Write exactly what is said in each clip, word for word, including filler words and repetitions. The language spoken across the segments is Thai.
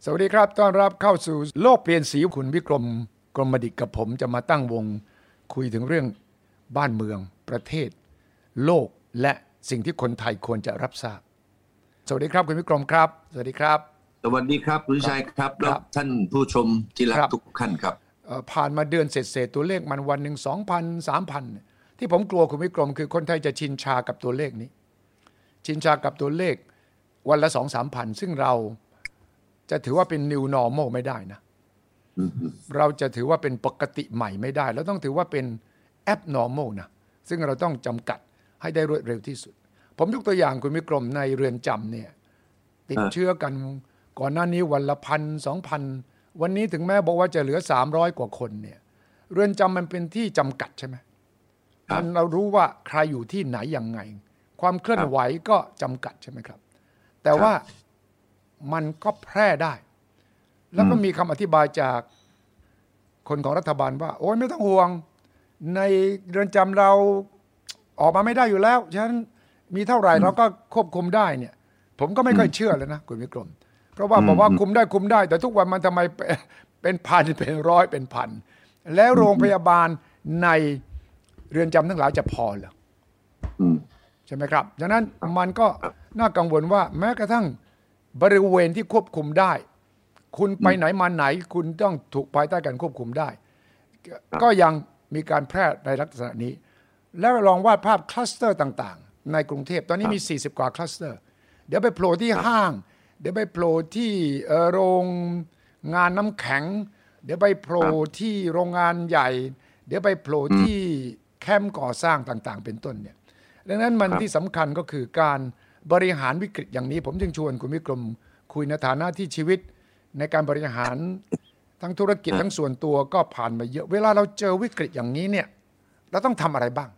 สวัสดีครับต้อนรับเข้าสู่โลกเปลี่ยนสีคุณวิกรมกรมดิษฐ์กับผมจะมาตั้งวงคุยถึงเรื่องบ้านเมืองประเทศโลกและสิ่งที่คนไทยควรจะรับทราบสวัสดีครับคุณวิกรมครับสวัสดีครับสวัสดีครับคุณชัยครับแล้วท่านผู้ชมที่รักทุกท่านครับผ่านมาเดือนเศษๆตัวเลขมันวันหนึ่ง สองพัน สามพัน ที่ผมกลัวคุณวิกรมคือคนไทยจะชินชากับตัวเลขนี้ชินชากับตัวเลขวันละ สองถึงสามพัน ซึ่งเราจะถือว่าเป็น new normal ไม่ได้นะ เราจะถือว่าเป็นปกติใหม่ไม่ได้แล้วต้องถือว่าเป็น abnormal นะซึ่งเราต้องจำกัดให้ได้รวดเร็วที่สุดผมยกตัวอย่างคุณวิกรมในเรือนจำเนี่ยติดเชื้อกันก่อนหน้านี้วันละพันสองพันวันนี้ถึงแม้บอกว่าจะเหลือสามร้อยกว่าคนเนี่ยเรือนจำมันเป็นที่จำกัดใช่ไหมมันเรารู้ว่าใครอยู่ที่ไหนยังไงความเคลื่อนไหวก็จำกัดใช่ไหมครับแต่ว่ามันก็แพร่ได้แล้วก็มีคำอธิบายจากคนของรัฐบาลว่าโอ๊ยไม่ต้องห่วงในเรือนจำเราออกมาไม่ได้อยู่แล้วฉะนั้นมีเท่าไหร่เราก็ควบคุมได้เนี่ยผมก็ไม่ค่อยเชื่อเลยนะคุณวิกรมเพราะว่าบอกว่าคุมได้คุมได้แต่ทุกวันมันทำไมเป็นพันเป็นร้อยเป็นพันแล้วโรงพยาบาลในเรือนจำทั้งหลายจะพอเหรอใช่ไหมครับฉะนั้นมันก็น่ากังวลว่าแม้กระทั่งบริเวณที่ควบคุมได้คุณไปไหนมาไหนคุณต้องถูกภายใต้การควบคุมได้ก็ยังมีการแพร่ในลักษณะนี้แล้วลองวาดภาพคลัสเตอร์ต่างๆในกรุงเทพตอนนี้มีสี่สิบกว่าคลัสเตอร์เดี๋ยวไปโผล่ที่ห้างเดี๋ยวไปโผล่ที่โรงงานน้ำแข็งเดี๋ยวไปโผล่ที่โรงงานใหญ่เดี๋ยวไปโผล่ที่แคมป์ก่อสร้างต่างๆเป็นต้นเนี่ยดังนั้นมันที่สำคัญก็คือการบริหารวิกฤตอย่างนี้ผมจึงชวนคุณวิกรมคุยในฐานะที่ชีวิตในการบริหารทั้งธุรกิจทั้งส่วนตัวก็ผ่านมาเยอะเวลาเราเจอวิกฤตอย่างนี้เนี่ยเราต้องทำอะไรบ้าง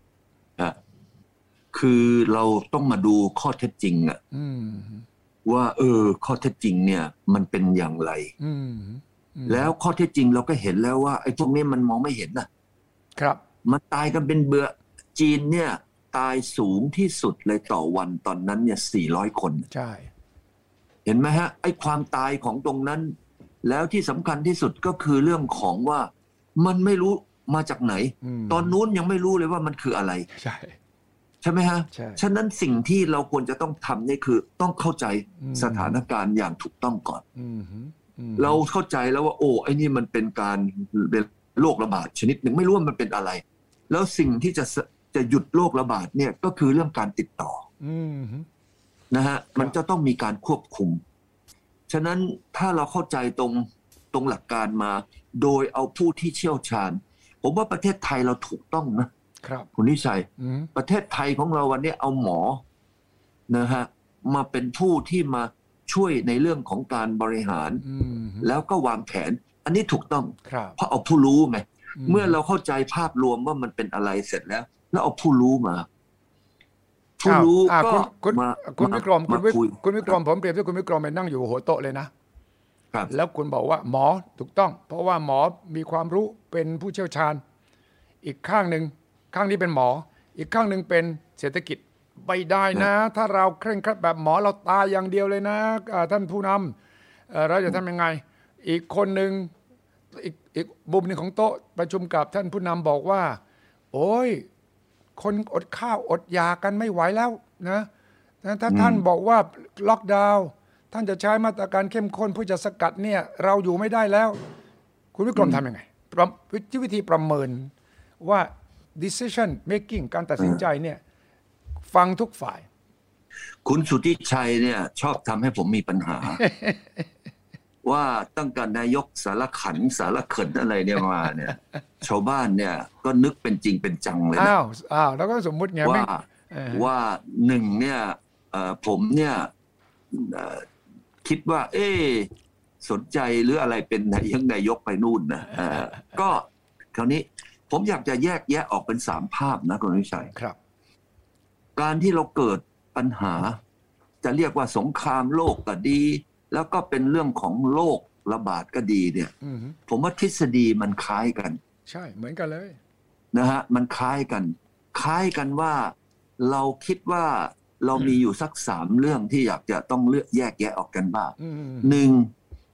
คือเราต้องมาดูข้อเท็จจริงอะว่าเออข้อเท็จจริงเนี่ยมันเป็นอย่างไรแล้วข้อเท็จจริงเราก็เห็นแล้วว่าไอ้พวกนี้มันมองไม่เห็นนะครับมันตายกันเป็นเบื่อจีนเนี่ยตายสูงที่สุดเลยต่อวันตอนนั้นเนี่ยสี่ร้อยคนใช่เห็นไหมฮะไอ้ความตายของตรงนั้นแล้วที่สำคัญที่สุดก็คือเรื่องของว่ามันไม่รู้มาจากไหนตอนนู้นยังไม่รู้เลยว่ามันคืออะไรใช่ใช่ไหมฮะฉะนั้นสิ่งที่เราควรจะต้องทำนี่คือต้องเข้าใจสถานการณ์อย่างถูกต้องก่อนเราเข้าใจแล้วว่าโอ้ไอ้นี่มันเป็นการเป็นโรคระบาดชนิดหนึ่งไม่รู้ว่ามันเป็นอะไรแล้วสิ่งที่จะจะหยุดโรคระบาดเนี่ยก็คือเรื่องการติดต่อนะฮะมันจะต้องมีการควบคุมฉะนั้นถ้าเราเข้าใจตรงตรงหลักการมาโดยเอาผู้ที่เชี่ยวชาญผมว่าประเทศไทยเราถูกต้องนะครับคุณนิชัยประเทศไทยของเราวันนี้เอาหมอนะฮะมาเป็นผู้ที่มาช่วยในเรื่องของการบริหารแล้วก็วางแผนอันนี้ถูกต้องเพราะเอาผู้รู้ไหมเมื่อเราเข้าใจภาพรวมว่ามันเป็นอะไรเสร็จแล้วแล้วเอาผู้รู้มาผู้รู้ก็มาคุณวิกรมคุณวิกรมผมเปรียบเทียบคุณวิกรมไปนั่งอยู่หัวโต๊ะเลยนะแล้วคุณบอกว่าหมอถูกต้องเพราะว่าหมอมีความรู้เป็นผู้เชี่ยวชาญอีกข้างหนึ่งข้างนี้เป็นหมออีกข้างหนึ่งเป็นเศรษฐกิจไม่ได้นะถ้าเราเคร่งครัดแบบหมอเราตายอย่างเดียวเลยนะท่านผู้นำเราจะทำยังไงอีกคนหนึ่งอีกอีกมุมหนึ่งของโต๊ะประชุมกับท่านผู้นำบอกว่าโอ้ยคนอดข้าวอดยากันไม่ไหวแล้วนะถ้าท่านบอกว่าล็อกดาวน์ท่านจะใช้มาตรการเข้มข้นเพื่อจะสกัดเนี่ยเราอยู่ไม่ได้แล้วคุณวิกรมทำยังไงวิธีประเมินว่า decision making การตัดสินใจเนี่ยฟังทุกฝ่ายคุณสุทธิชัยเนี่ยชอบทำให้ผมมีปัญหา ว่าตั้งแต่นายกสารขันสารเขินอะไรเนี่ยมาเนี่ยชาวบ้านเนี่ยก็นึกเป็นจริงเป็นจังเลยนะอ้าวอ้าวแล้วก็สมมุติไงว่าว่าหนึ่งเนี่ยผมเนี่ยคิดว่าเอ๊สนใจหรืออะไรเป็นนายกนายกไปนู่นนะก็คราวนี้ผมอยากจะแยกแยะออกเป็นสามภาพนะคุณวิชัยครับการที่เราเกิดปัญหาจะเรียกว่าสงครามโลกก็ดีแล้วก็เป็นเรื่องของโรคระบาดก็ดีเนี่ยผมว่าทฤษฎีมันคล้ายกันใช่เหมือนกันเลยนะฮะมันคล้ายกันคล้ายกันว่าเราคิดว่าเรามีอยู่สักสามเรื่องที่อยากจะต้องเลือกแยกแยะออกกันบ้างหนึ่ง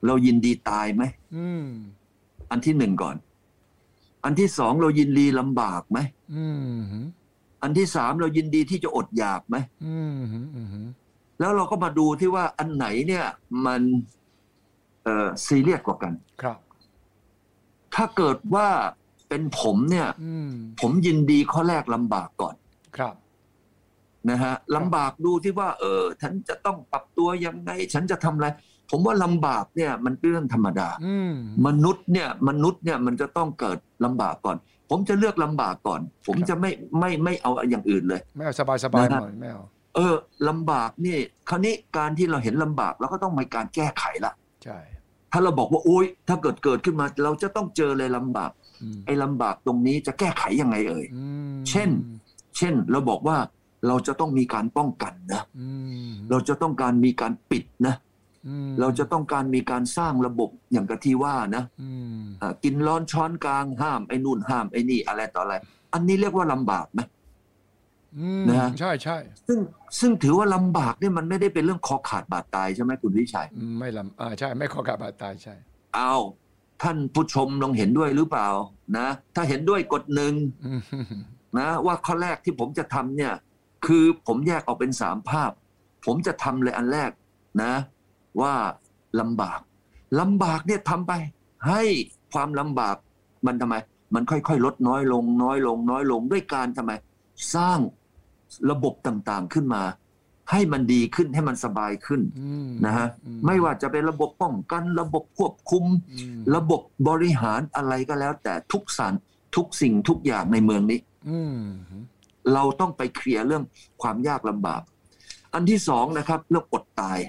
เรายินดีตายไหมอันที่หนึ่งก่อนอันที่สองเรายินดีลำบากไหมอันที่สามเรายินดีที่จะอดอยากไหมแล้วเราก็มาดูที่ว่าอันไหนเนี่ยมันเอ่อซีเรียสกว่ากันครับถ้าเกิดว่าเป็นผมเนี่ยผมยินดีข้อแรกลำบากก่อนครับนะฮะลำบากดูที่ว่าเออฉันจะต้องปรับตัวยังไงฉันจะทำอะไรผมว่าลำบากเนี่ยมันเป็นเรื่องธรรมดามนุษย์เนี่ยมนุษย์เนี่ยมันจะต้องเกิดลำบากก่อนผมจะเลือกลำบากก่อนผมจะไม่ไม่ไม่เอาอย่างอื่นเลยไม่เอาสบายสบายหน่อยไม่เอาเออลำบากนี่คราวนี้การที่เราเห็นลำบากเราก็ต้องมีการแก้ไขละใช่ถ้าเราบอกว่าโอ๊ยถ้าเกิดเกิดขึ้นมาเราจะต้องเจอเลยลำบากไอ้ลำบากตรงนี้จะแก้ไขยังไงเอ่ยเช่นเช่นเราบอกว่าเราจะต้องมีการป้องกันนะเราจะต้องการมีการปิดนะเราจะต้องการมีการสร้างระบบอย่างกะที่ว่านะกินร้อนช้อนกลางห้ามไอ้นู่นห้ามไอ้นี่อะไรต่ออะไรอันนี้เรียกว่าลำบากไหมนะฮะใช่ใช่ซึ่งซึ่งถือว่าลำบากเนี่ยมันไม่ได้เป็นเรื่องคอขาดบาดตายใช่ไหมคุณวิชัยไม่ลำอ่าใช่ไม่คอขาดบาดตายใช่เอาท่านผู้ชมลองเห็นด้วยหรือเปล่านะถ้าเห็นด้วยกดหนึ่งนะว่าข้อแรกที่ผมจะทำเนี่ยคือผมแยกออกเป็นสามภาพผมจะทำเลยอันแรกนะว่าลำบากลำบากเนี่ยทำไปให้ความลำบากมันทำไมมันค่อยๆลดน้อยลงน้อยลงน้อยลงด้วยการทำไมสร้างระบบต่างๆขึ้นมาให้มันดีขึ้นให้มันสบายขึ้นนะฮะไม่ว่าจะเป็นระบบป้องกันระบบควบคุมระบบบริหารอะไรก็แล้วแต่ทุกสารทุกสิ่งทุกอย่างในเมืองนี้เราต้องไปเคลียร์เรื่องความยากลำบากอันที่สองนะครับเรื่องอดตาย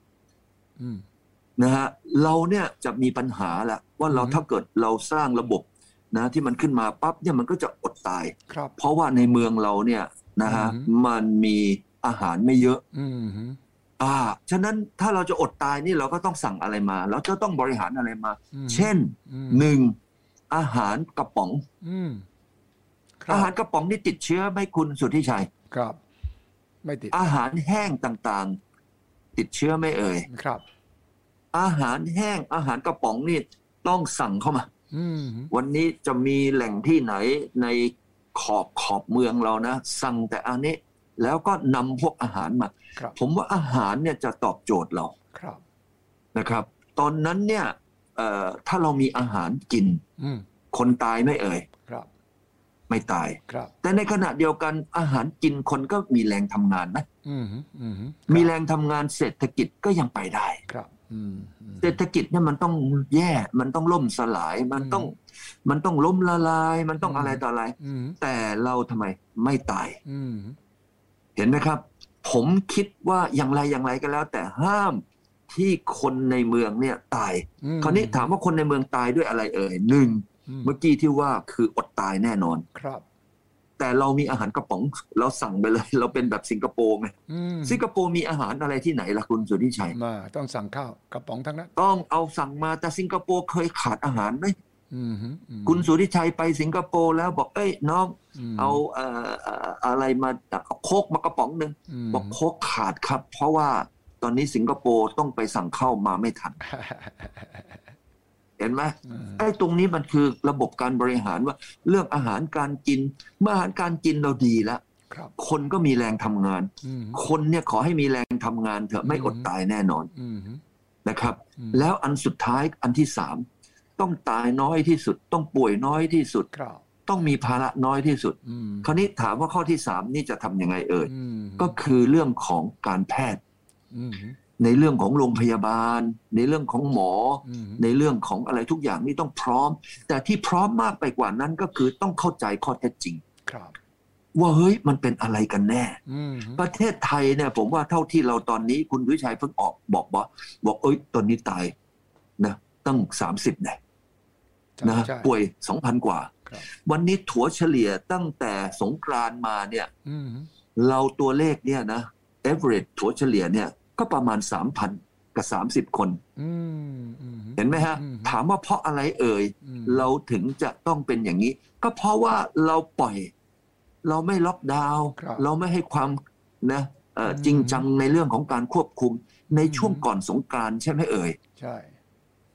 นะฮะเราเนี่ยจะมีปัญหาแหละว่าเราถ้าเกิดเราสร้างระบบนะที่มันขึ้นมาปั๊บเนี่ยมันก็จะอดตายเพราะว่าในเมืองเราเนี่ยนะฮะมันมีอาหารไม่เยอะอ่าฉะนั้นถ้าเราจะอดตายนี่เราก็ต้องสั่งอะไรมาเราจะต้องบริหารอะไรมาเช่นหนึ่งอาหารกระป๋องอาหารกระป๋องนี่ติดเชื้อไหมคุณสุทธิชัยครับไม่ติดอาหารแห้งต่างๆติดเชื้อไหมเอ่ยครับอาหารแห้งอาหารกระป๋องนี่ต้องสั่งเข้ามาวันนี้จะมีแหล่งที่ไหนในขอบขอบเมืองเรานะสั่งแต่อันนี้แล้วก็นำพวกอาหารมาผมว่าอาหารเนี่ยจะตอบโจทย์เรานะครับตอนนั้นเนี่ยถ้าเรามีอาหารกินคนตายไม่เอ่ยไม่ตายแต่ในขณะเดียวกันอาหารกินคนก็มีแรงทำงานนะมีแรงทำงานเศรษฐกิจก็ยังไปได้เศรษฐกิจเนี่ยมันต้องแย่มันต้องล่มสลายมันต้องมันต้องล้มละลายมันต้องอะไรต่ออะไรแต่เราทำไมไม่ตายเห็นไหมครับผมคิดว่าอย่างไรอย่างไรก็แล้วแต่ห้ามที่คนในเมืองเนี่ยตายคราวนี้ถามว่าคนในเมืองตายด้วยอะไรเอ่ยหนึ่งเมื่อกี้ที่ว่าคืออดตายแน่นอนครับแต่เรามีอาหารกระป๋องเราสั่งไปเลยเราเป็นแบบสิงคโปร์ไงสิงคโปร์มีอาหารอะไรที่ไหนล่ะคุณสุทธิชัยมาต้องสั่งข้าวกระป๋องทั้งนั้นต้องเอาสั่งมาแต่สิงคโปร์เคยขาดอาหารไหมคุณสุทธิชัยไปสิงคโปร์แล้วบอกเอ้ยน้องเอาเอ่ออะไรมาเอาโค้กมากระป๋องหนึ่งบอกโค้กขาดครับเพราะว่าตอนนี้สิงคโปร์ต้องไปสั่งข้าวมาไม่ทันเห็นไหมไอ้ตรงนี้มันคือระบบการบริหารว่าเรื่องอาหารการกินเมื่ออาหารการกินเราดีแล้วคนก็มีแรงทำงานคนเนี่ยขอให้มีแรงทำงานเถอะไม่อดตายแน่นอนนะครับแล้วอันสุดท้ายอันที่สามต้องตายน้อยที่สุดต้องป่วยน้อยที่สุดต้องมีภาระน้อยที่สุดคราวนี้ถามว่าข้อที่สามนี่จะทำยังไงเอ่ยก็คือเรื่องของการแพทย์ในเรื่องของโรงพยาบาลในเรื่องของหมอในเรื่องของอะไรทุกอย่างนี่ต้องพร้อมแต่ที่พร้อมมากไปกว่านั้นก็คือต้องเข้าใจข้อเท็จจริงว่าเฮ้ยมันเป็นอะไรกันแน่ประเทศไทยเนี่ยผมว่าเท่าที่เราตอนนี้คุณวิชัยเพิ่งออกบอกว่าบอกเอ้ยตอนนี้ตายนะตั้งสามสิบเนี่ยนะป่วย สองพัน กว่าวันนี้ถัวเฉลี่ยตั้งแต่สงกรานต์มาเนี่ยเราตัวเลขเนี่ยนะ average ถัวเฉลี่ยเนี่ยก็ประมาณ สามพัน กับสามสิบคนเห็นไหมฮะถามว่าเพราะอะไรเอ่ยเราถึงจะต้องเป็นอย่างนี้ก็เพราะว่าเราปล่อยเราไม่ล็อกดาวน์เราไม่ให้ความนะจริงจังในเรื่องของการควบคุมในช่วงก่อนสงกรานต์ใช่ไหมเอ่ยใช่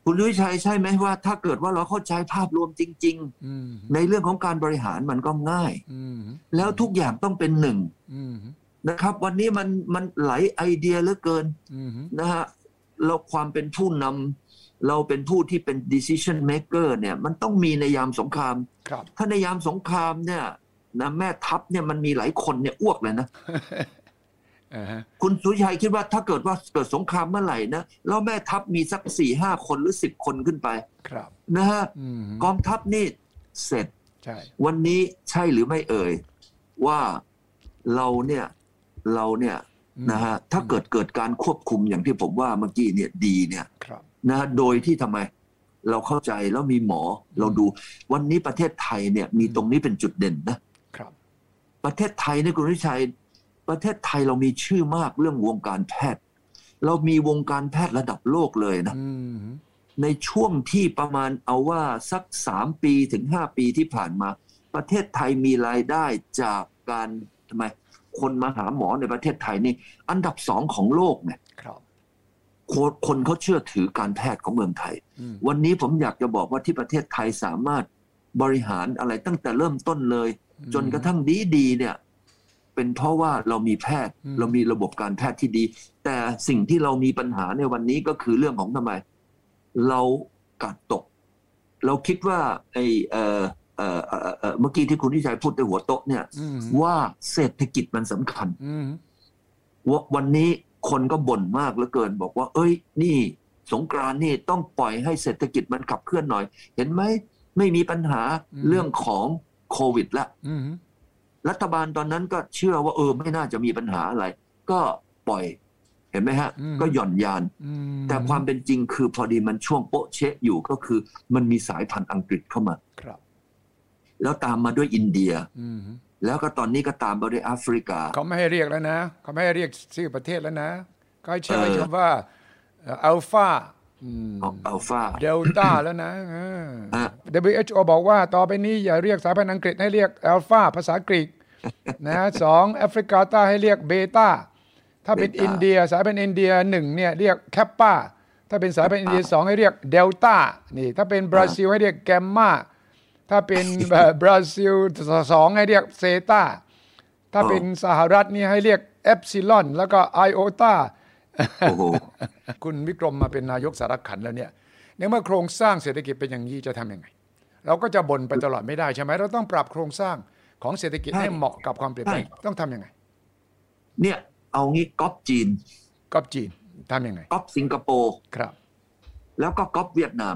คุณวิชัยใช่ไหมว่าถ้าเกิดว่าเราเข้าใจภาพรวมจริงๆในเรื่องของการบริหารมันก็ง่ายแล้วทุกอย่างต้องเป็นหนึ่งนะครับวันนี้มันมันไหลไอเดียเหลือเกินนะฮะเราความเป็นผู้นำเราเป็นผู้ที่เป็น decision maker เนี่ยมันต้องมีในยามสงครามถ้าในยามสงครามเนี่ยนะแม่ทัพเนี่ยมันมีหลายคนเนี่ยอ้วกเลยนะ uh-huh. คุณสุชัยคิดว่าถ้าเกิดว่าเกิดสงครามเมื่อไหร่นะแล้วแม่ทัพมีสักสี่ห้าคนหรือสิบคนขึ้นไปนะฮะ uh-huh. กองทัพนี่เสร็จวันนี้ใช่หรือไม่เอ่ยว่าเราเนี่ยเราเนี่ย uh-huh. นะฮะถ้าเกิดเกิดการควบคุมอย่างที่ผมว่าเมื่อกี้เนี่ยดีเนี่ยนะโดยที่ทำไมเราเข้าใจแล้วมีหมอ uh-huh. เราดูวันนี้ประเทศไทยเนี่ยมีตรงนี้เป็นจุดเด่นนะประเทศไทยในคุณวิชัยประเทศไทยเรามีชื่อมากเรื่องวงการแพทย์เรามีวงการแพทย์ระดับโลกเลยนะในช่วงที่ประมาณเอาว่าสักสามปีถึงห้าปีที่ผ่านมาประเทศไทยมีรายได้จากการทำไมคนมาหาหมอในประเทศไทยนี่อันดับสองของโลกเนี่ยคนเขาเชื่อถือการแพทย์ของเมืองไทยวันนี้ผมอยากจะบอกว่าที่ประเทศไทยสามารถบริหารอะไรตั้งแต่เริ่มต้นเลยจนกระทั่งดีๆเนี่ยเป็นเพราะว่าเรามีแพทย์เรามีระบบการแพทย์ที่ดีแต่สิ่งที่เรามีปัญหาในวันนี้ก็คือเรื่องของทำไมเรากัดตกเราคิดว่าไอ้เอ่อเอ่อเอ่อเมื่อกี้ที่คุณวิชัยพูดในหัวโต๊ะเนี่ยว่าเศรษฐกิจมันสำคัญวันนี้คนก็บ่นมากเหลือเกินบอกว่าเอ้ยนี่สงกรานต์นี่ต้องปล่อยให้เศรษฐกิจมันขับเคลื่อนหน่อยเห็นไหมไม่มีปัญหาเรื่องของโควิดละรัฐบาลตอนนั้นก็เชื่อว่าเออไม่น่าจะมีปัญหาอะไรก็ปล่อยเห็นไหมฮะก็หย่อนยานแต่ความเป็นจริงคือพอดีมันช่วงโป๊ะเชะอยู่ก็คือมันมีสายพันธุ์อังกฤษเข้ามาแล้วตามมาด้วยอินเดียแล้วก็ตอนนี้ก็ตามมาด้วยแอฟริกาเขาไม่ให้เรียกแล้วนะเขาไม่ให้เรียกชื่อประเทศแล้วนะก็ใช้คำว่าอัลฟาอัลฟาเดลต้าแล้วนะ ดับเบิลยู เอช โอ บอกว่าต่อไปนี้อย่าเรียกสายพันธุ์อังกฤษให้เรียกอัลฟาภาษากรีกนะสองแอฟริกาใต้ให้เรียกเบต้าถ้าเป็นอินเดียสายพันธุ์อินเดียหนึ่งเนี่ยเรียกแคปปาถ้าเป็นสายพันธุ์อินเดียสองให้เรียกเดลต้านี่ถ้าเป็นบราซิลให้เรียกแกมมาถ้าเป็นบราซิลสองให้เรียกเซตาถ้าเป็นสหรัฐนี่ให้เรียกเอปซิลอนแล้วก็ไอโอตาคุณวิกรมมาเป็นนายกสารขันแล้วเนี่ยในเมื่อโครงสร้างเศรษฐกิจเป็นอย่างนี้จะทำยังไงเราก็จะบ่นไปตลอดไม่ได้ใช่ไหมเราต้องปรับโครงสร้างของเศรษฐกิจให้เหมาะกับความเปลี่ยนแปลงต้องทำยังไงเนี่ยเอางี้ก๊อปจีนก๊อปจีนทำยังไงก๊อปสิงคโปร์ครับแล้วก็ก๊อปเวียดนาม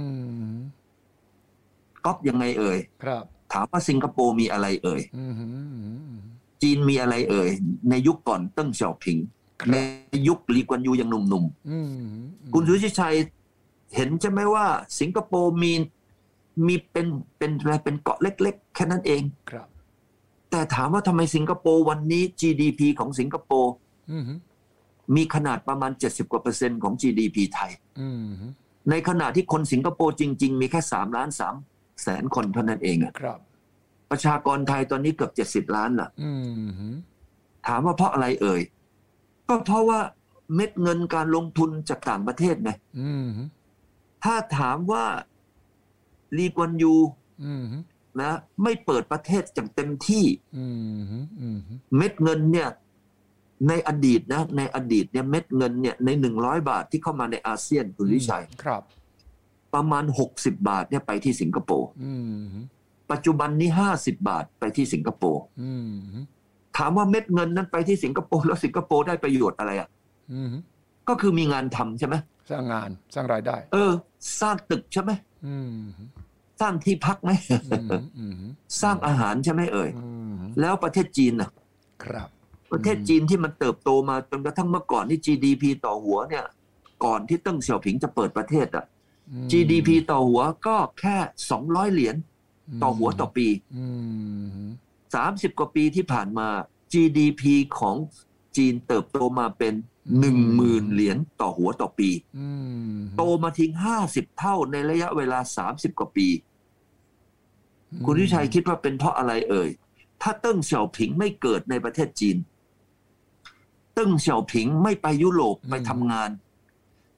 ก๊อปยังไงเอ่ยครับถามว่าสิงคโปร์มีอะไรเอ่ยจีนมีอะไรเอ่ยในยุคก่อนเติ้งเสี่ยวผิงในยุคลีกวนยูยังหนุ่มๆคุณสุชิชัยเห็นใช่ไหมว่าสิงคโปร์มีมีเป็นเป็นอะไรเป็นเกาะเล็กๆแค่นั้นเองครับแต่ถามว่าทำไมสิงคโปร์วันนี้ จี ดี พี ของสิงคโปร์มีขนาดประมาณเจ็ดสิบกว่าเปอร์เซ็นต์ของ จี ดี พี ไทยในขณะที่คนสิงคโปร์จริงๆมีแค่สามล้านสามแสนคนเท่านั้นเองครับประชากรไทยตอนนี้เกือบเจ็ดสิบล้านล่ะถามว่าเพราะอะไรเอ่ยก็เพราะว่าเม็ดเงินการลงทุนจากต่างประเทศไงถ้าถามว่าลีกวนยูนะไม่เปิดประเทศอย่างเต็มที่เม็ดเงินเนี่ยในอดีตนะในอดีตเนี่ยเม็ดเงินเนี่ยในหนึ่งร้อยบาทที่เข้ามาในอาเซียนคุณวิชัยครับประมาณหกสิบบาทเนี่ยไปที่สิงคโปร์ปัจจุบันนี้ห้าสิบบาทไปที่สิงคโปร์ถามว่าเม็ดเงินนั้นไปที่สิงคโปร์แล้วสิงคโปร์ได้ประโยชน์อะไรอ่ะก็คือมีงานทำใช่ไหมสร้างงานสร้างรายได้เออสร้างตึกใช่ไหมสร้างที่พักไหมสร้างอาหารใช่ไหมเอ่ยแล้วประเทศจีนน่ะครับประเทศจีนที่มันเติบโตมาจนกระทั่งเมื่อก่อนที่ จี ดี พี ต่อหัวเนี่ยก่อนที่เติ้งเสี่ยวผิงจะเปิดประเทศอ่ะ จี ดี พี ต่อหัวก็แค่สองร้อยเหรียญต่อหัวต่อปีสามสิบกว่าปีที่ผ่านมา จี ดี พี ของจีนเติบโตมาเป็น หนึ่งหมื่น เหรียญต่อหัวต่อปีโตมาทิ้งห้าสิบเท่าในระยะเวลาสามสิบกว่าปีคุณวิชัยคิดว่าเป็นเพราะอะไรเอ่ยถ้าเติ้งเสี่ยวผิงไม่เกิดในประเทศจีนเติ้งเสี่ยวผิงไม่ไปยุโรปไปทำงาน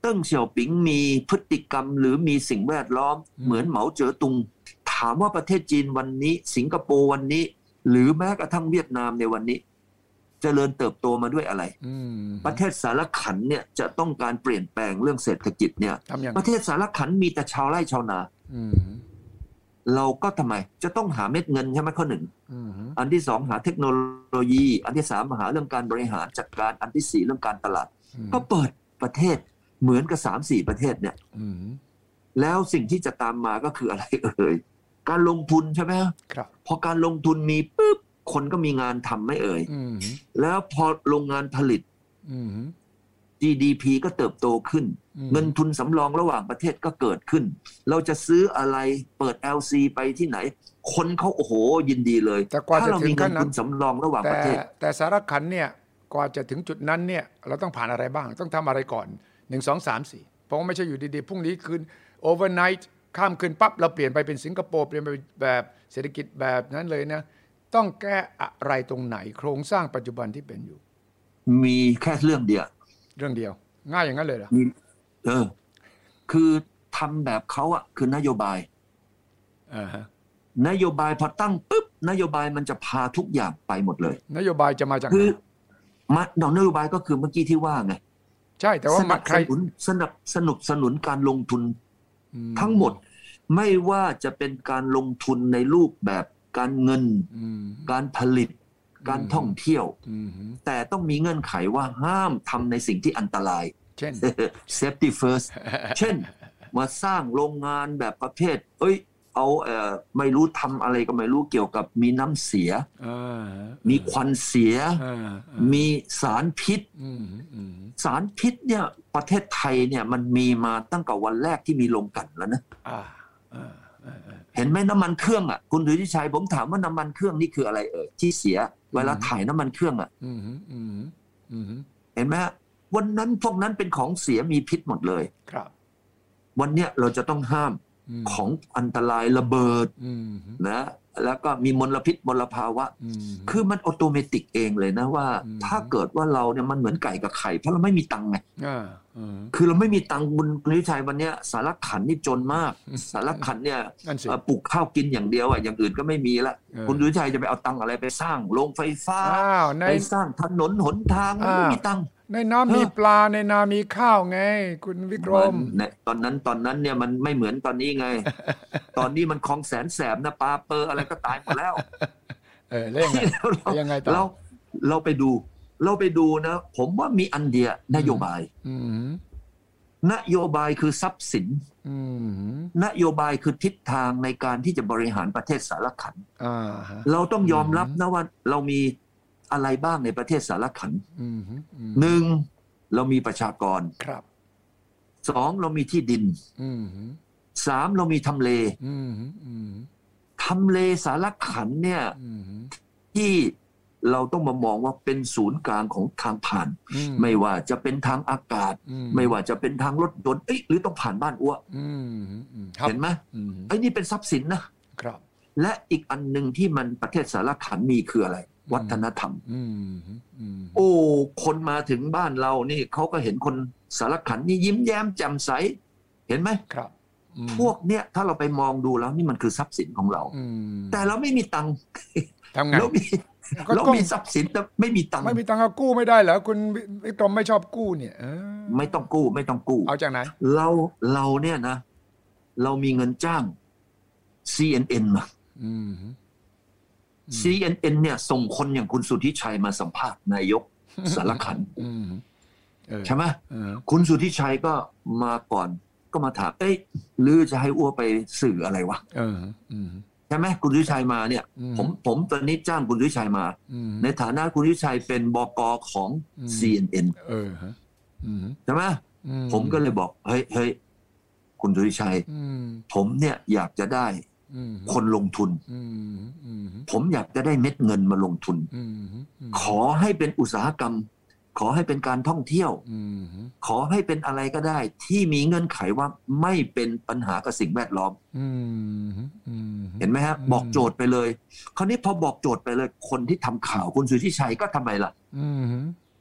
เติ้งเสี่ยวผิงมีพฤติกรรมหรือมีสิ่งแวดล้อมเหมือนเหมาเจ๋อตุงถามว่าประเทศจีนวันนี้สิงคโปร์วันนี้หรือแม้กระทั่งเวียดนามในวันนี้เจริญเติบโตมาด้วยอะไรประเทศสารขันเนี่ยจะต้องการเปลี่ยนแปลงเรื่องเศรษฐกิจเนี่ยประเทศสารขันมีแต่ชาวไร่ชาวนาเราก็ทำไมจะต้องหาเม็ดเงินใช่ไหมข้อหนึ่งอันที่สองหาเทคโนโลยีอันที่สามหาเรื่องการบริหารจัดการอันที่สี่เรื่องการตลาดก็เปิดประเทศเหมือนกับสามสี่ประเทศเนี่ยแล้วสิ่งที่จะตามมาก็คืออะไรเอ่ยการลงทุนใช่ไหมครับพอการลงทุนมีปุ๊บคนก็มีงานทำไม่เอ่ยแล้วพอโรงงานผลิต จี ดี พี ก็เติบโตขึ้นเงินทุนสำรองระหว่างประเทศก็เกิดขึ้นเราจะซื้ออะไรเปิด แอล ซี ไปที่ไหนคนเขาโอ้โหยินดีเลยถ้าเรามีเงินทุนสำรองระหว่างประเทศแต่สารขันเนี่ยกว่าจะถึงจุดนั้นเนี่ยเราต้องผ่านอะไรบ้างต้องทำอะไรก่อนหนึ่ง สอง สาม สี่เพราะว่าไม่ใช่อยู่ดีๆพรุ่งนี้คืน overnight ข้ามคืนปั๊บเราเปลี่ยนไปเป็นสิงคโปร์เปลี่ยนไปแบบเศรษฐกิจแบบนั้นเลยนะต้องแก้อะไรตรงไหนโครงสร้างปัจจุบันที่เป็นอยู่มีแค่เรื่องเดียวเรื่องเดียวง่ายอย่างนั้นเลยเหรอเออคือทำแบบเขาอะคือนโยบายอ่าฮะนโยบายพอตั้งปุ๊บนโยบายมันจะพาทุกอย่างไปหมดเลยนโยบายจะมาจากคือมาดอกนโยบายก็คือเมื่อกี้ที่ว่าไงใช่แต่ว่าใครสนับสนุนสนุนการลงทุนทั้งหมดไม่ว่าจะเป็นการลงทุนในรูปแบบการเงินการผลิตการท่องเที่ยวแต่ต้องมีเงื่อนไขว่าห้ามทำในสิ่งที่อันตรายเช่น safety first เช่นมาสร้างโรงงานแบบประเภทเอ้ยเอาเอ่อไม่รู้ทำอะไรก็ไม่รู้เกี่ยวกับมีน้ำเสียมีควันเสียมีสารพิษสารพิษเนี่ยประเทศไทยเนี่ยมันมีมาตั้งแต่วันแรกที่มีโรงกลั่นแล้วนะเห็นไหมน้ำมันเครื่องอ่ะคุณดุริชัยผมถามว่าน้ำมันเครื่องนี่คืออะไรเอ่ยที่เสียเวลาถ่ายน้ำมันเครื่องอ่ะเห็นไหมวันนั้นพวกนั้นเป็นของเสียมีพิษหมดเลยครับวันเนี้ยเราจะต้องห้ามของอันตรายระเบิดนะแล้วก็มีมลพิษมลภาวะคือมันออโตเมติกเองเลยนะว่าถ้าเกิดว่าเราเนี่ยมันเหมือนไก่กับไข่เพราะเราไม่มีตังค์ไงคือเราไม่มีตังค์บุญคุณวิชัยวันนี้สารขันนี่จนมากสารขันเนี่ยปลูกข้าวกินอย่างเดียวอ่ะอย่างอื่นก็ไม่มีละคุณวิชัยจะไปเอาตังค์อะไรไปสร้างโรงไฟฟ้าไปสร้างถนนหนทางไม่มีตังค์ในน้ำมีปลาในนามีข้าวไงคุณวิกรมตอนนั้นตอนนั้นเนี่ยมันไม่เหมือนตอนนี้ไงตอนนี้มันคลองแสนแสบนะปลาเปอร์อะไรก็ตายหมดแล้วเออเรื่องยังไงต่อเราเราไปดูเราไปดูนะผมว่ามีอันเดียนโยบายนโยบายคือทรัพย์สินนโยบายคือทิศทางในการที่จะบริหารประเทศสารขันเราต้องยอมรับนะว่าเรามีอะไรบ้างในประเทศสารขันหนึ่งเรามีประชากรสองเรามีที่ดินสามเรามีทำเลทำเลสารขันเนี่ยที่เราต้องมามองว่าเป็นศูนย์กลางของทางผ่านไม่ว่าจะเป็นทางอากาศไม่ว่าจะเป็นทางรถยนต์หรือต้องผ่านบ้านอ้วเห็นไหมไอ้นี่เป็นทรัพย์สินนะและอีกอันหนึ่งที่มันประเทศสารขันมีคืออะไรวัฒนธรรมโอ้คนมาถึงบ้านเรานี่เขาก็เห็นคนสารขันนี่ยิ้มแย้มแจ่มใสเห็นไหมครับพวกเนี้ยถ้าเราไปมองดูแล้วนี่มันคือทรัพย์สินของเราแต่เราไม่มีตังค์เรามีเรามีทรัพย์สินแต่ไม่มีตังค์ไม่มีตังค์กู้ไม่ได้เหรอคุณวิกรมไม่ชอบกู้เนี่ยไม่ต้องกู้ไม่ต้องกู้เอาจากไหนเราเราเนี่ยนะเรามีเงินจ้าง ซี เอ็น เอ็น มาซี เอ็น เอ็น เนี่ยส่งคนอย่างคุณสุทธิชัยมาสัมภาษณ์นายกสารขันใช่ไหมคุณสุทธิชัยก็มาก่อนก็มาถามเอ้ยหรือจะให้อ้วไปสื่ออะไรวะใช่ไหมคุณสุทธิชัยมาเนี่ยผมผมตอนนี้จ้างคุณสุทธิชัยมาในฐานะคุณสุทธิชัยเป็นบก.ของ ซี เอ็น เอ็น ใช่ไหมผมก็เลยบอกเฮ้ยเฮ้ยคุณสุทธิชัยผมเนี่ยอยากจะได้คนลงทุนผมอยากจะได้เม็ดเงินมาลงทุนขอให้เป็นอุตสาหกรรมขอให้เป็นการท่องเที่ยวขอให้เป็นอะไรก็ได้ที่มีเงื่อนไขว่าไม่เป็นปัญหากับสิ่งแวดล้อมเห็นไหมฮะบอกโจทย์ไปเลยคราวนี้พอบอกโจทย์ไปเลยคนที่ทำข่าวคุณสุทธิชัยก็ทำไมล่ะ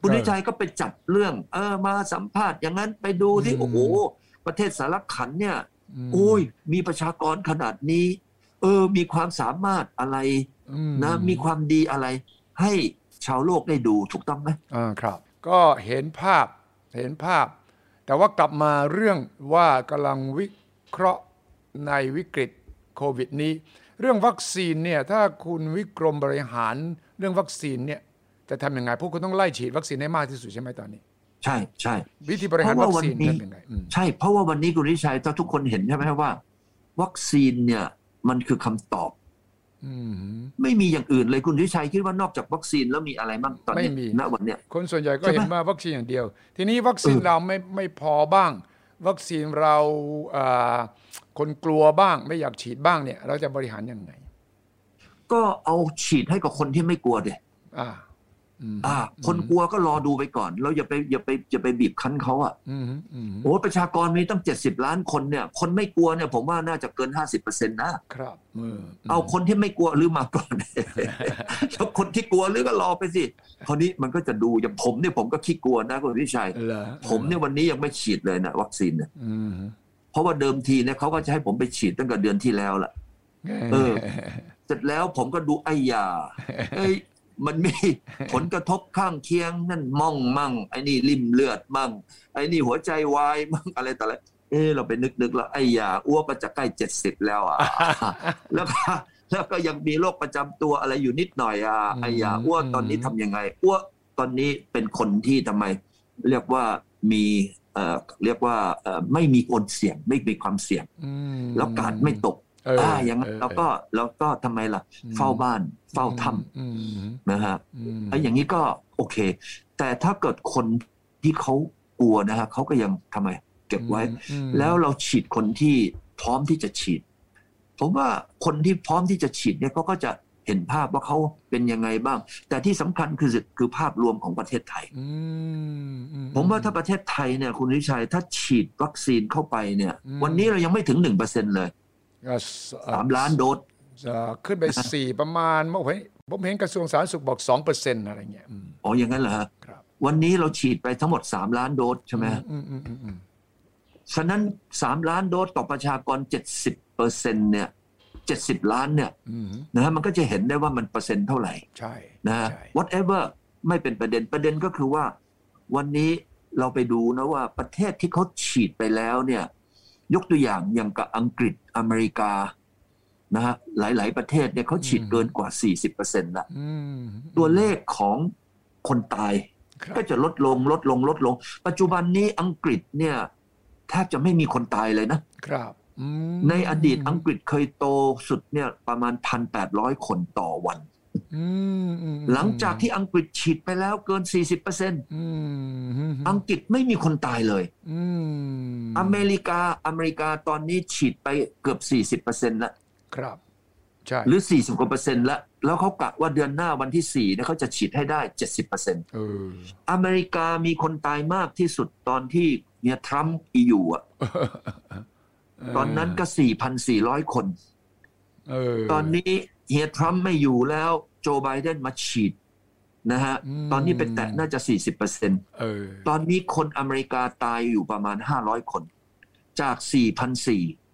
คุณวิชัยก็ไปจับเรื่องเออมาสัมภาษณ์อย่างนั้นไปดูที่โอ้โหประเทศสารขันเนี่ยโอ้ยมีประชากรขนาดนี้เออมีความสามารถอะไรนะมีความดีอะไรให้ชาวโลกได้ดูถูกต้องไหมอ่าครับก็เห็นภาพเห็นภาพแต่ว่ากลับมาเรื่องว่ากำลังวิเคราะห์ในวิกฤตโควิดนี้เรื่องวัคซีนเนี่ยถ้าคุณวิกรมบริหารเรื่องวัคซีนเนี่ยจะทำยังไงพวกคุณต้องไล่ฉีดวัคซีนให้มากที่สุดใช่ไหมตอนนี้ใช่ใช่วิธีบริหารวัคซีนทำยังไงใช่เพราะว่าวันนี้คุณวิชัยถ้าทุกคนเห็นใช่ไหมว่าวัคซีนเนี่ยมันคือคำตอบไม่มีอย่างอื่นเลยคุณวิชัยคิดว่านอกจากวัคซีนแล้วมีอะไรบ้างตอนนี้ณวันเนี้ยคนส่วนใหญ่ก็เห็นว่าวัคซีนอย่างเดียวทีนี้วัคซีนเราไม่ไม่พอบ้างวัคซีนเราคนกลัวบ้างไม่อยากฉีดบ้างเนี่ยเราจะบริหารยังไงก็เอาฉีดให้กับคนที่ไม่กลัวดิอ่าอ่าคนกลัวก็รอดูไปก่อนแล้วอย่าไปอย่าไปอย่าไปบีบคั้นเขาอ่ะโอ้ประชากรมีตั้งเจ็ดสิบล้านคนเนี่ยคนไม่กลัวเนี่ยผมว่าน่าจะเกิน ห้าสิบเปอร์เซ็นต์ นะครับเอาคนที่ไม่กลัวหรือมาก่อนแล้วคนที่กลัวหรือก็รอไปสิคราวนี้มันก็จะดูอย่างผมเนี่ยผมก็ขี้กลัวนะคุณวิชัยผมเนี่ยวันนี้ยังไม่ฉีดเลยนะวัคซีนเนี่ยเพราะว่าเดิมทีเนี่ยเขาก็จะให้ผมไปฉีดตั้งแต่เดือนที่แล้วล่ะเออเสร็จแล้วผมก็ดูไอ้ยาเอ้ยมันมีผลกระทบข้างเคียงนั่นม่องมั่งไอ้นี่ริ่มเลือดมั่งไอ้นี่หัวใจวายมั่งอะไรต่ออะไรเออเราไปนึกๆแล้วไอ้ยาอ้วกก็จะใกล้เจ็ดสิบแล้วอ่ะแล้วก็แล้วก็ยังมีโรคประจำตัวอะไรอยู่นิดหน่อยอ่ะไอ้ยาอ้วกตอนนี้ทำยังไงอ้วกตอนนี้เป็นคนที่ทำไมเรียกว่ามีเอ่อเรียกว่าเอ่อไม่มีคนเสี่ยงไม่มีความเสี่ยงแล้วกาดไม่ตกอ่าอย่างนั้นเราก็เราก็ทำไมล่ะเฝ้าบ้านเฝ้าถ้ำนะฮะไอ้อย่างนี้ก็โอเคแต่ถ้าเกิดคนที่เขากลัวนะฮะเขาก็ยังทำไมเก็บไว้แล้วเราฉีดคนที่พร้อมที่จะฉีดผมว่าคนที่พร้อมที่จะฉีดเนี่ยเขาก็จะเห็นภาพว่าเขาเป็นยังไงบ้างแต่ที่สำคัญคือคือภาพรวมของประเทศไทยผมว่าถ้าประเทศไทยเนี่ยคุณวิชัยถ้าฉีดวัคซีนเข้าไปเนี่ยวันนี้เรายังไม่ถึง หนึ่งเปอร์เซ็นต์ เลยสามล้านโดสขึ้นไปสี่ประมาณเมื่อผมเห็นกระทรวงสาธารณสุขบอก สองเปอร์เซ็นต์ อะไรเงี้ยอ๋ออย่างนั้นเหรอฮะวันนี้เราฉีดไปทั้งหมดสามล้านโดสใช่ไหมฉะนั้นสามล้านโดสต่อประชากร เจ็ดสิบเปอร์เซ็นต์ เนี่ยเจ็ดสิบล้านเนี่ยนะฮะมันก็จะเห็นได้ว่ามันเปอร์เซ็นต์เท่าไหร่ใช่นะ whatever ไม่เป็นประเด็นประเด็นก็คือว่าวันนี้เราไปดูนะว่าประเทศที่เขาฉีดไปแล้วเนี่ยยกตัวอย่างอย่างกับอังกฤษอเมริกานะฮะหลายๆประเทศเนี่ยเขาฉีดเกินกว่า สี่สิบเปอร์เซ็นต์ ละตัวเลขของคนตายก็จะลดลงลดลงลดลงปัจจุบันนี้อังกฤษเนี่ยแทบจะไม่มีคนตายเลยนะครับในอดีตอังกฤษเคยโตสุดเนี่ยประมาณ หนึ่งพันแปดร้อย คนต่อวันหลังจากที่อังกฤษฉีดไปแล้วเกิน สี่สิบเปอร์เซ็นต์ อังกฤษไม่มีคนตายเลยอเมริกาอเมริกาตอนนี้ฉีดไปเกือบ สี่สิบเปอร์เซ็นต์ แล้วครับใช่หรือสี่สิบกว่าเปอร์เซ็นต์แล้วแล้วเขากะว่าเดือนหน้าวันที่สี่เนี่ยเขาจะฉีดให้ได้ เจ็ดสิบเปอร์เซ็นต์เอออเมริกามีคนตายมากที่สุดตอนที่เนี่ยทรัมป์อยู่อ่ะตอนนั้นก็ สี่พันสี่ร้อย คนเออตอนนี้เฮียทรัมป์ไม่อยู่แล้วโจไบเดนมาฉีดนะฮะตอนนี้เป็นแตะน่าจะ สี่สิบเปอร์เซ็นต์เออตอนนี้คนอเมริกาตายอยู่ประมาณห้าร้อยคนจาก สี่พันสี่ร้อย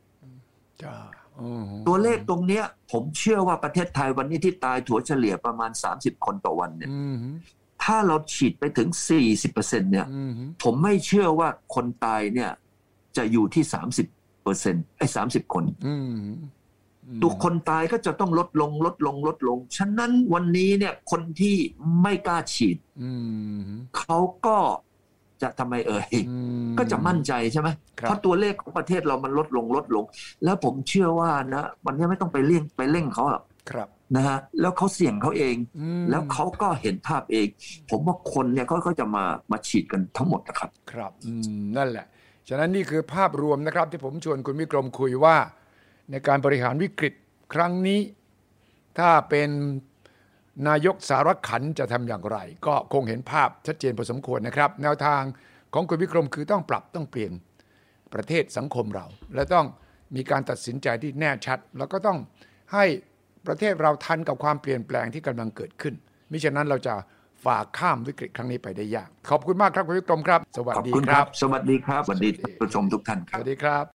จ้าตัวเลขตรงเนี้ยผมเชื่อว่าประเทศไทยวันนี้ที่ตายถัวเฉลี่ยประมาณสามสิบคนต่อวันเนี่ยถ้าเราฉีดไปถึง สี่สิบเปอร์เซ็นต์ เนี่ยผมไม่เชื่อว่าคนตายเนี่ยจะอยู่ที่ สามสิบเปอร์เซ็นต์ ไอ้สามสิบคนตัวคนตายก็จะต้องลดลงลดลงลดลงฉะนั้นวันนี้เนี่ยคนที่ไม่กล้าฉีดเขาก็จะทำไมเอ่ยก็จะมั่นใจใช่ไหมเพราะตัวเลขของประเทศเรามันลดลงลดลงแล้วผมเชื่อว่านะวันนี้ไม่ต้องไปเร่งไปเร่งเขาหรอกนะฮะแล้วเขาเสี่ยงเขาเองแล้วเขาก็เห็นภาพเองผมว่าคนเนี่ยเขาเขาจะมามาฉีดกันทั้งหมดนะครับครับนั่นแหละฉะนั้นนี่คือภาพรวมนะครับที่ผมชวนคุณวิกรมคุยว่าในการบริหารวิกฤตครั้งนี้ถ้าเป็นนายกสารขันจะทำอย่างไรก็คงเห็นภาพชัดเจนพอสมควรนะครับแนวทางของคุณวิกรมคือต้องปรับต้องเปลี่ยนประเทศสังคมเราและต้องมีการตัดสินใจที่แน่ชัดแล้วก็ต้องให้ประเทศเราทันกับความเปลี่ยนแปลงที่กำลังเกิดขึ้นมิฉะนั้นเราจะฝ่าข้ามวิกฤตครั้งนี้ไปได้ยากขอบคุณมากครับคุณวิกรมครับสวัสขอบดีคุณคครัรับ บสวัสดีครับสวัสดีผู้ชมทุกท่านคสรับวัสดีครับ